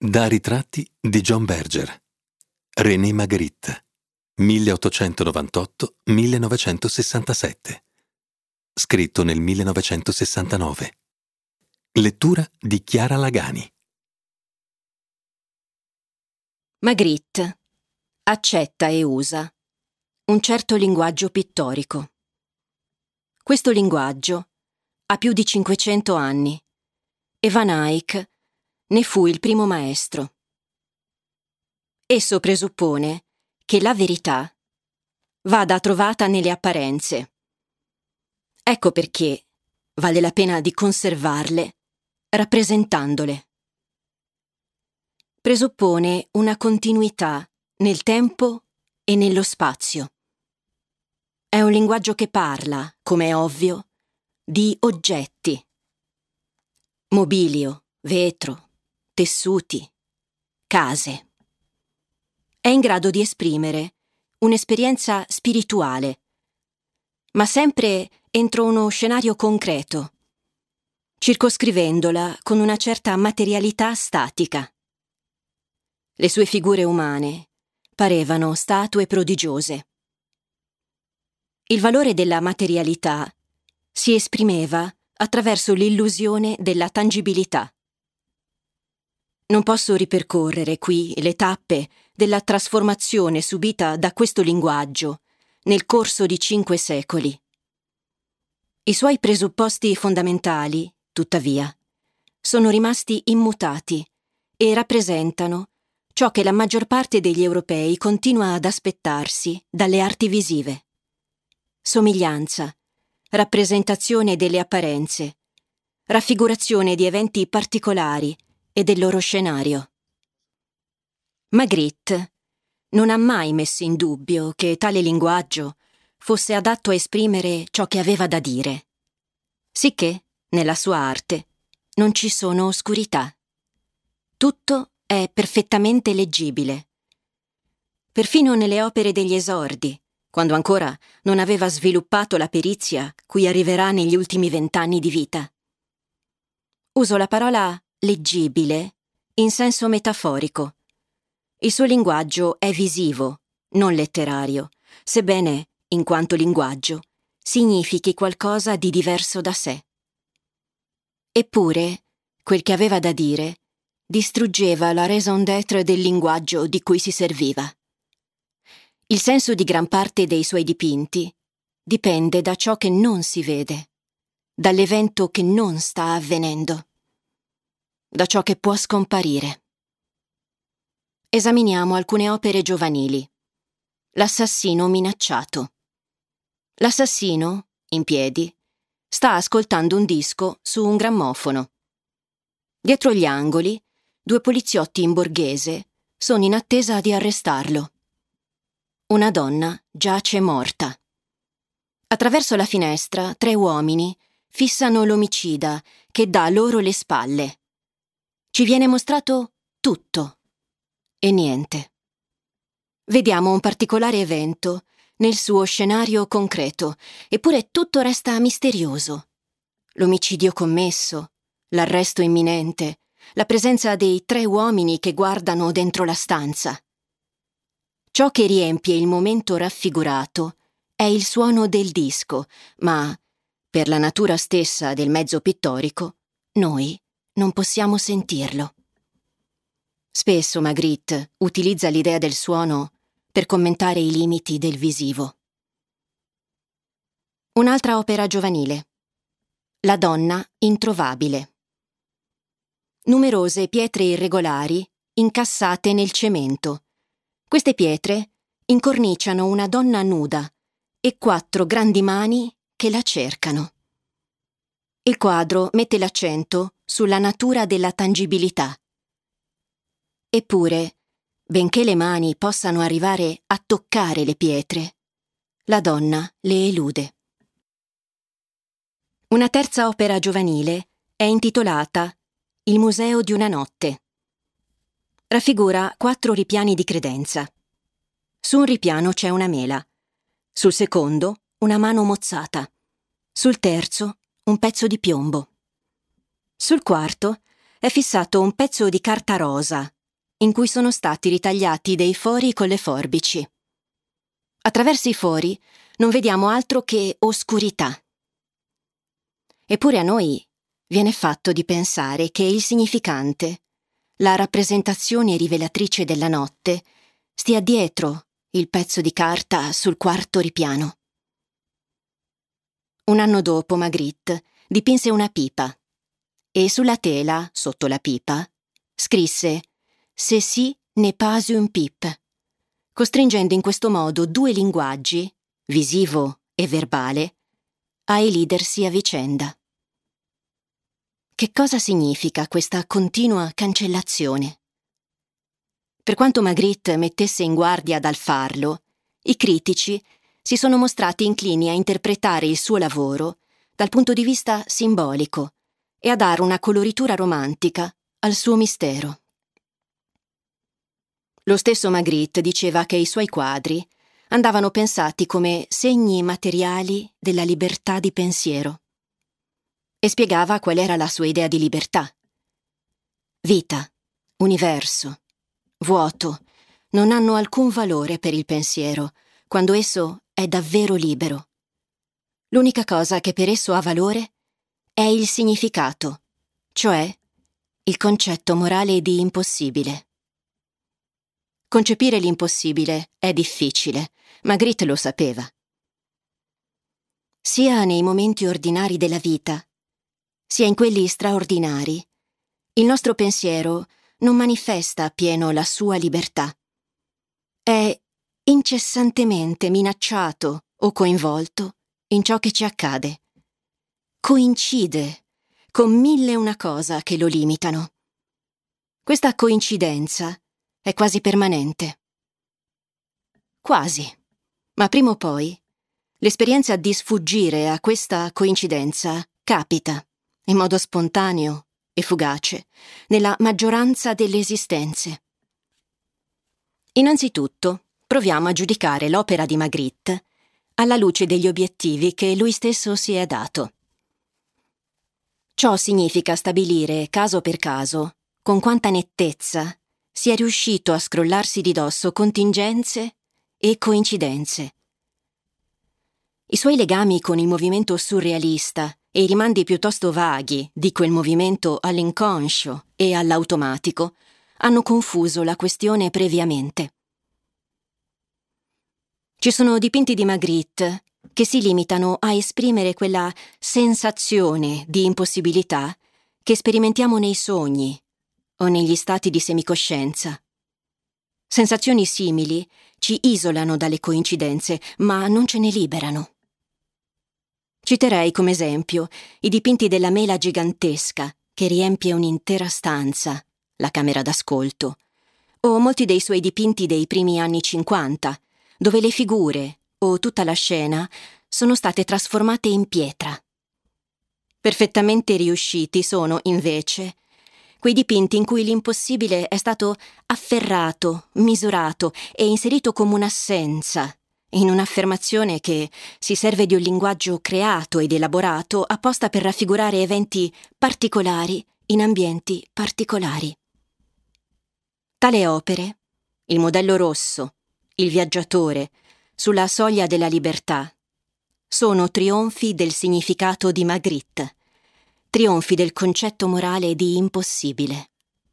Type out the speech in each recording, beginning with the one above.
Da ritratti di John Berger. René Magritte, 1898-1967. Scritto nel 1969. Lettura di Chiara Lagani. Magritte accetta e usa un certo linguaggio pittorico. Questo linguaggio ha più di 500 anni e Van Eyck ne fu il primo maestro. Esso presuppone che la verità vada trovata nelle apparenze. Ecco perché vale la pena di conservarle rappresentandole. Presuppone una continuità nel tempo e nello spazio. È un linguaggio che parla, come è ovvio, di oggetti. Mobilio, vetro, tessuti, case. È in grado di esprimere un'esperienza spirituale, ma sempre entro uno scenario concreto, circoscrivendola con una certa materialità statica. Le sue figure umane parevano statue prodigiose. Il valore della materialità si esprimeva attraverso l'illusione della tangibilità. Non posso ripercorrere qui le tappe della trasformazione subita da questo linguaggio nel corso di 5 secoli. I suoi presupposti fondamentali, tuttavia, sono rimasti immutati e rappresentano ciò che la maggior parte degli europei continua ad aspettarsi dalle arti visive. Somiglianza, rappresentazione delle apparenze, raffigurazione di eventi particolari e del loro scenario. Magritte non ha mai messo in dubbio che tale linguaggio fosse adatto a esprimere ciò che aveva da dire, sicché, nella sua arte, non ci sono oscurità. Tutto è perfettamente leggibile. Perfino nelle opere degli esordi, quando ancora non aveva sviluppato la perizia cui arriverà negli ultimi 20 anni di vita. Uso la parola leggibile in senso metaforico. Il suo linguaggio è visivo, non letterario, sebbene, in quanto linguaggio, significhi qualcosa di diverso da sé. Eppure, quel che aveva da dire distruggeva la raison d'être del linguaggio di cui si serviva. Il senso di gran parte dei suoi dipinti dipende da ciò che non si vede, dall'evento che non sta avvenendo, da ciò che può scomparire. Esaminiamo alcune opere giovanili. L'assassino minacciato. L'assassino, in piedi, sta ascoltando un disco su un grammofono. Dietro gli angoli, 2 poliziotti in borghese sono in attesa di arrestarlo. Una donna giace morta. Attraverso la finestra 3 uomini fissano l'omicida che dà loro le spalle. Ci viene mostrato tutto e niente. Vediamo un particolare evento nel suo scenario concreto, eppure tutto resta misterioso. L'omicidio commesso, l'arresto imminente, la presenza dei 3 uomini che guardano dentro la stanza. Ciò che riempie il momento raffigurato è il suono del disco, ma, per la natura stessa del mezzo pittorico, noi non possiamo sentirlo. Spesso Magritte utilizza l'idea del suono per commentare i limiti del visivo. Un'altra opera giovanile. La donna introvabile. Numerose pietre irregolari incassate nel cemento. Queste pietre incorniciano una donna nuda e 4 grandi mani che la cercano. Il quadro mette l'accento sulla natura della tangibilità. Eppure, benché le mani possano arrivare a toccare le pietre, la donna le elude. Una terza opera giovanile è intitolata Il museo di una notte. Raffigura 4 ripiani di credenza. Su un ripiano c'è una mela, sul secondo una mano mozzata, sul terzo un pezzo di piombo. Sul quarto è fissato un pezzo di carta rosa, in cui sono stati ritagliati dei fori con le forbici. Attraverso i fori non vediamo altro che oscurità. Eppure a noi viene fatto di pensare che il significante, la rappresentazione rivelatrice della notte, stia dietro il pezzo di carta sul quarto ripiano. Un anno dopo Magritte dipinse una pipa e sulla tela, sotto la pipa, scrisse «Ceci n'est pas une pipe», costringendo in questo modo due linguaggi, visivo e verbale, a elidersi a vicenda. Che cosa significa questa continua cancellazione? Per quanto Magritte mettesse in guardia dal farlo, i critici si sono mostrati inclini a interpretare il suo lavoro dal punto di vista simbolico e a dare una coloritura romantica al suo mistero. Lo stesso Magritte diceva che i suoi quadri andavano pensati come segni materiali della libertà di pensiero e spiegava qual era la sua idea di libertà. Vita, universo, vuoto non hanno alcun valore per il pensiero quando esso è davvero libero. L'unica cosa che per esso ha valore è il significato, cioè il concetto morale di impossibile. Concepire l'impossibile è difficile, Magritte lo sapeva. Sia nei momenti ordinari della vita, sia in quelli straordinari, il nostro pensiero non manifesta appieno la sua libertà. È incessantemente minacciato o coinvolto in ciò che ci accade. Coincide con mille e una cosa che lo limitano. Questa coincidenza è quasi permanente. Quasi, ma prima o poi l'esperienza di sfuggire a questa coincidenza capita, in modo spontaneo e fugace, nella maggioranza delle esistenze. Innanzitutto, proviamo a giudicare l'opera di Magritte alla luce degli obiettivi che lui stesso si è dato. Ciò significa stabilire, caso per caso, con quanta nettezza si è riuscito a scrollarsi di dosso contingenze e coincidenze. I suoi legami con il movimento surrealista e i rimandi piuttosto vaghi di quel movimento all'inconscio e all'automatico hanno confuso la questione previamente. Ci sono dipinti di Magritte che si limitano a esprimere quella sensazione di impossibilità che sperimentiamo nei sogni o negli stati di semicoscienza. Sensazioni simili ci isolano dalle coincidenze, ma non ce ne liberano. Citerei come esempio i dipinti della mela gigantesca che riempie un'intera stanza, la camera d'ascolto, o molti dei suoi dipinti dei primi anni 50, dove le figure o tutta la scena sono state trasformate in pietra. Perfettamente riusciti sono, invece, quei dipinti in cui l'impossibile è stato afferrato, misurato e inserito come un'assenza, in un'affermazione che si serve di un linguaggio creato ed elaborato apposta per raffigurare eventi particolari in ambienti particolari. Tale opere, il modello rosso, il viaggiatore, sulla soglia della libertà, sono trionfi del significato di Magritte, trionfi del concetto morale di impossibile.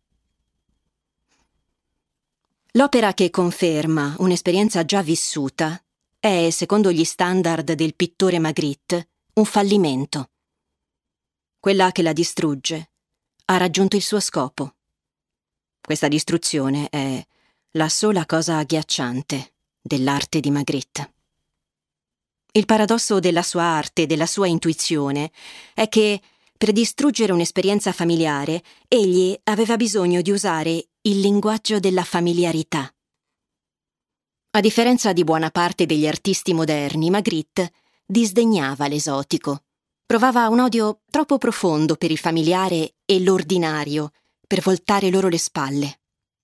L'opera che conferma un'esperienza già vissuta è, secondo gli standard del pittore Magritte, un fallimento. Quella che la distrugge ha raggiunto il suo scopo. Questa distruzione è la sola cosa agghiacciante dell'arte di Magritte. Il paradosso della sua arte e della sua intuizione è che, per distruggere un'esperienza familiare, egli aveva bisogno di usare il linguaggio della familiarità. A differenza di buona parte degli artisti moderni, Magritte disdegnava l'esotico. Provava un odio troppo profondo per il familiare e l'ordinario per voltare loro le spalle.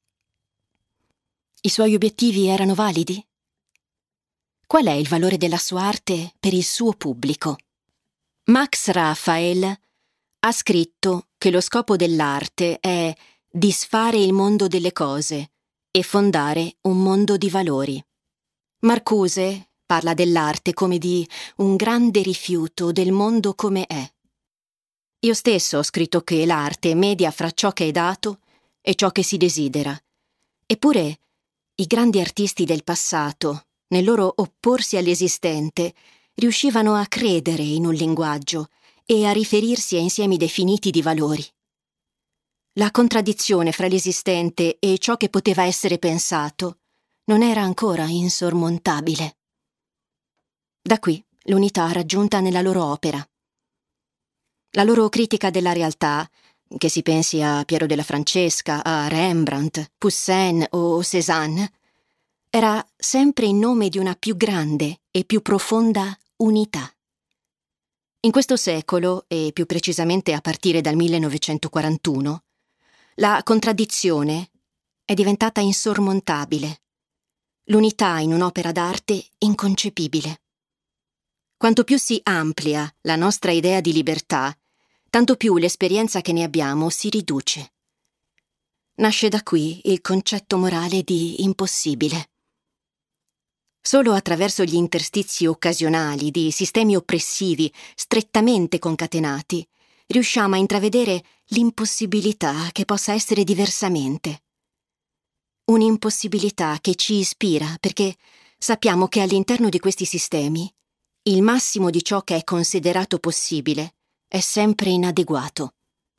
I suoi obiettivi erano validi? Qual è il valore della sua arte per il suo pubblico? Max Raphael Ha scritto che lo scopo dell'arte è disfare il mondo delle cose e fondare un mondo di valori. Marcuse parla dell'arte come di un grande rifiuto del mondo come è. Io stesso ho scritto che l'arte media fra ciò che è dato e ciò che si desidera. Eppure i grandi artisti del passato, nel loro opporsi all'esistente, riuscivano a credere in un linguaggio e a riferirsi a insiemi definiti di valori. La contraddizione fra l'esistente e ciò che poteva essere pensato non era ancora insormontabile. Da qui l'unità raggiunta nella loro opera. La loro critica della realtà, che si pensi a Piero della Francesca, a Rembrandt, Poussin o Cézanne, era sempre in nome di una più grande e più profonda unità. In questo secolo, e più precisamente a partire dal 1941, la contraddizione è diventata insormontabile, l'unità in un'opera d'arte inconcepibile. Quanto più si amplia la nostra idea di libertà, tanto più l'esperienza che ne abbiamo si riduce. Nasce da qui il concetto morale di impossibile. Solo attraverso gli interstizi occasionali di sistemi oppressivi strettamente concatenati riusciamo a intravedere l'impossibilità che possa essere diversamente. Un'impossibilità che ci ispira perché sappiamo che all'interno di questi sistemi il massimo di ciò che è considerato possibile è sempre inadeguato.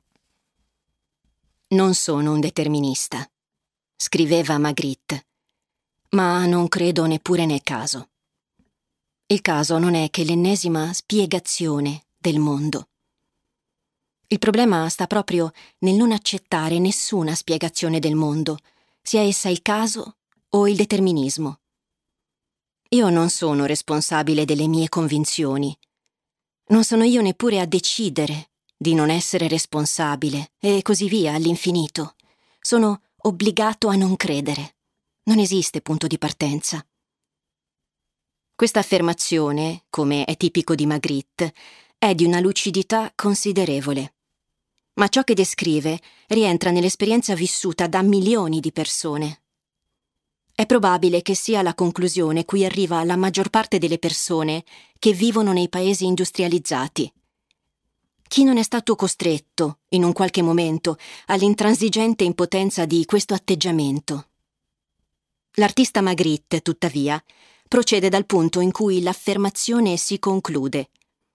Non sono un determinista, scriveva Magritte, ma non credo neppure nel caso. Il caso non è che l'ennesima spiegazione del mondo. Il problema sta proprio nel non accettare nessuna spiegazione del mondo, sia essa il caso o il determinismo. Io non sono responsabile delle mie convinzioni. Non sono io neppure a decidere di non essere responsabile, e così via all'infinito. Sono obbligato a non credere. Non esiste punto di partenza. Questa affermazione, come è tipico di Magritte, è di una lucidità considerevole. Ma ciò che descrive rientra nell'esperienza vissuta da milioni di persone. È probabile che sia la conclusione cui arriva la maggior parte delle persone che vivono nei paesi industrializzati. Chi non è stato costretto, in un qualche momento, all'intransigente impotenza di questo atteggiamento? L'artista Magritte, tuttavia, procede dal punto in cui l'affermazione si conclude.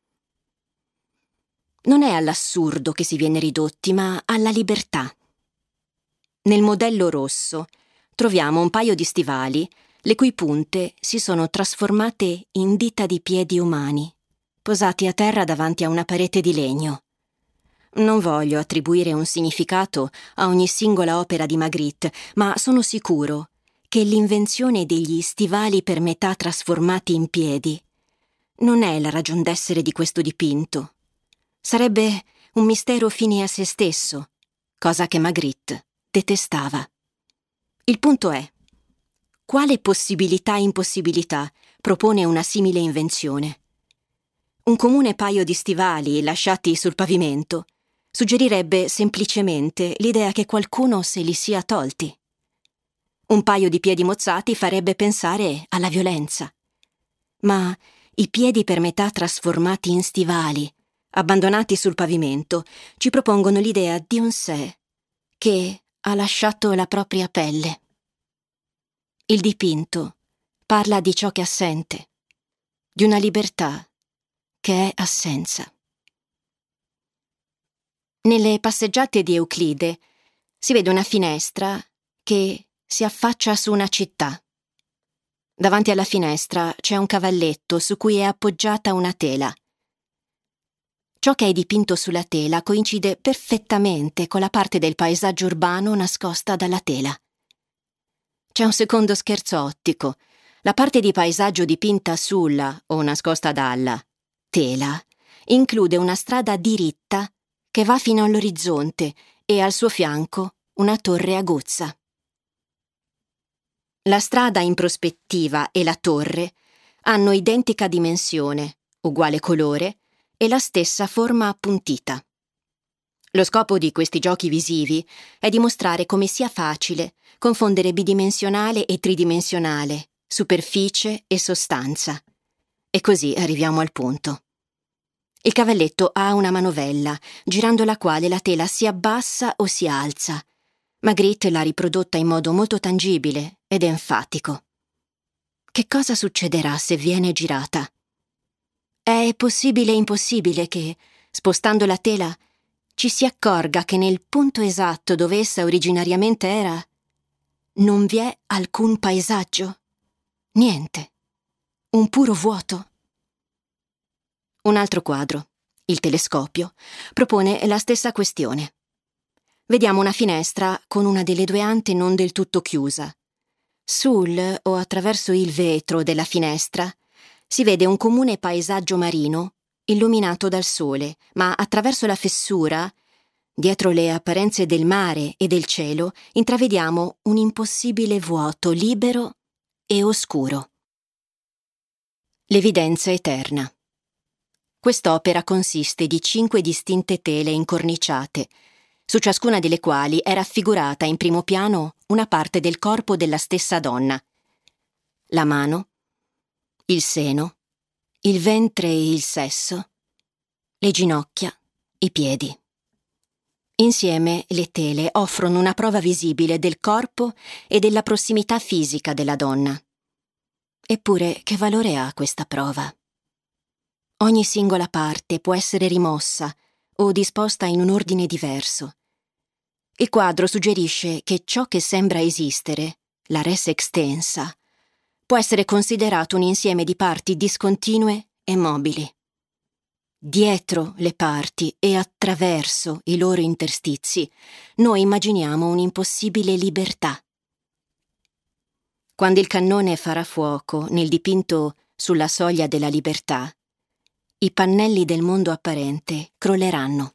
Non è all'assurdo che si viene ridotti, ma alla libertà. Nel modello rosso troviamo un paio di stivali, le cui punte si sono trasformate in dita di piedi umani, posati a terra davanti a una parete di legno. Non voglio attribuire un significato a ogni singola opera di Magritte, ma sono sicuro che l'invenzione degli stivali per metà trasformati in piedi non è la ragion d'essere di questo dipinto. Sarebbe un mistero fine a se stesso, cosa che Magritte detestava. Il punto è: quale possibilità e impossibilità propone una simile invenzione? Un comune paio di stivali lasciati sul pavimento suggerirebbe semplicemente l'idea che qualcuno se li sia tolti. Un paio di piedi mozzati farebbe pensare alla violenza. Ma i piedi per metà trasformati in stivali, abbandonati sul pavimento, ci propongono l'idea di un sé che ha lasciato la propria pelle. Il dipinto parla di ciò che è assente, di una libertà che è assenza. Nelle passeggiate di Euclide si vede una finestra che si affaccia su una città. Davanti alla finestra c'è un cavalletto su cui è appoggiata una tela. Ciò che è dipinto sulla tela coincide perfettamente con la parte del paesaggio urbano nascosta dalla tela. C'è un secondo scherzo ottico. La parte di paesaggio dipinta sulla o nascosta dalla tela include una strada diritta che va fino all'orizzonte e al suo fianco una torre aguzza. La strada in prospettiva e la torre hanno identica dimensione, uguale colore e la stessa forma appuntita. Lo scopo di questi giochi visivi è dimostrare come sia facile confondere bidimensionale e tridimensionale, superficie e sostanza. E così arriviamo al punto. Il cavalletto ha una manovella, girando la quale la tela si abbassa o si alza. Magritte l'ha riprodotta in modo molto tangibile ed enfatico. Che cosa succederà se viene girata? È possibile e impossibile che, spostando la tela, ci si accorga che nel punto esatto dove essa originariamente era, non vi è alcun paesaggio. Niente. Un puro vuoto. Un altro quadro, il telescopio, propone la stessa questione. Vediamo una finestra con una delle due ante non del tutto chiusa. Sul o attraverso il vetro della finestra si vede un comune paesaggio marino illuminato dal sole, ma attraverso la fessura, dietro le apparenze del mare e del cielo, intravediamo un impossibile vuoto libero e oscuro. L'evidenza eterna. Quest'opera consiste di 5 distinte tele incorniciate, su ciascuna delle quali è raffigurata in primo piano una parte del corpo della stessa donna. La mano, il seno, il ventre e il sesso, le ginocchia, i piedi. Insieme le tele offrono una prova visibile del corpo e della prossimità fisica della donna. Eppure, che valore ha questa prova? Ogni singola parte può essere rimossa o disposta in un ordine diverso. Il quadro suggerisce che ciò che sembra esistere, la res extensa, può essere considerato un insieme di parti discontinue e mobili. Dietro le parti e attraverso i loro interstizi, noi immaginiamo un'impossibile libertà. Quando il cannone farà fuoco nel dipinto Sulla soglia della libertà, i pannelli del mondo apparente crolleranno.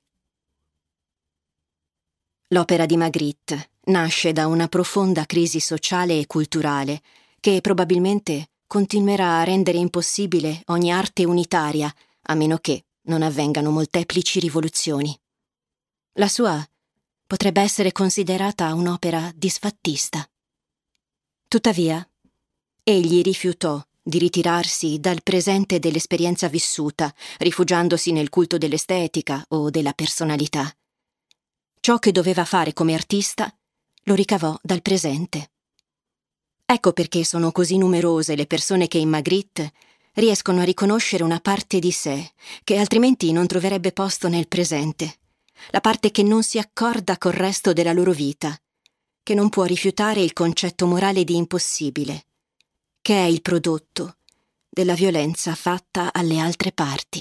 L'opera di Magritte nasce da una profonda crisi sociale e culturale che probabilmente continuerà a rendere impossibile ogni arte unitaria, a meno che non avvengano molteplici rivoluzioni. La sua potrebbe essere considerata un'opera disfattista. Tuttavia, egli rifiutò di ritirarsi dal presente dell'esperienza vissuta, rifugiandosi nel culto dell'estetica o della personalità. Ciò che doveva fare come artista lo ricavò dal presente. Ecco perché sono così numerose le persone che in Magritte riescono a riconoscere una parte di sé che altrimenti non troverebbe posto nel presente, la parte che non si accorda col resto della loro vita, che non può rifiutare il concetto morale di impossibile, che è il prodotto della violenza fatta alle altre parti.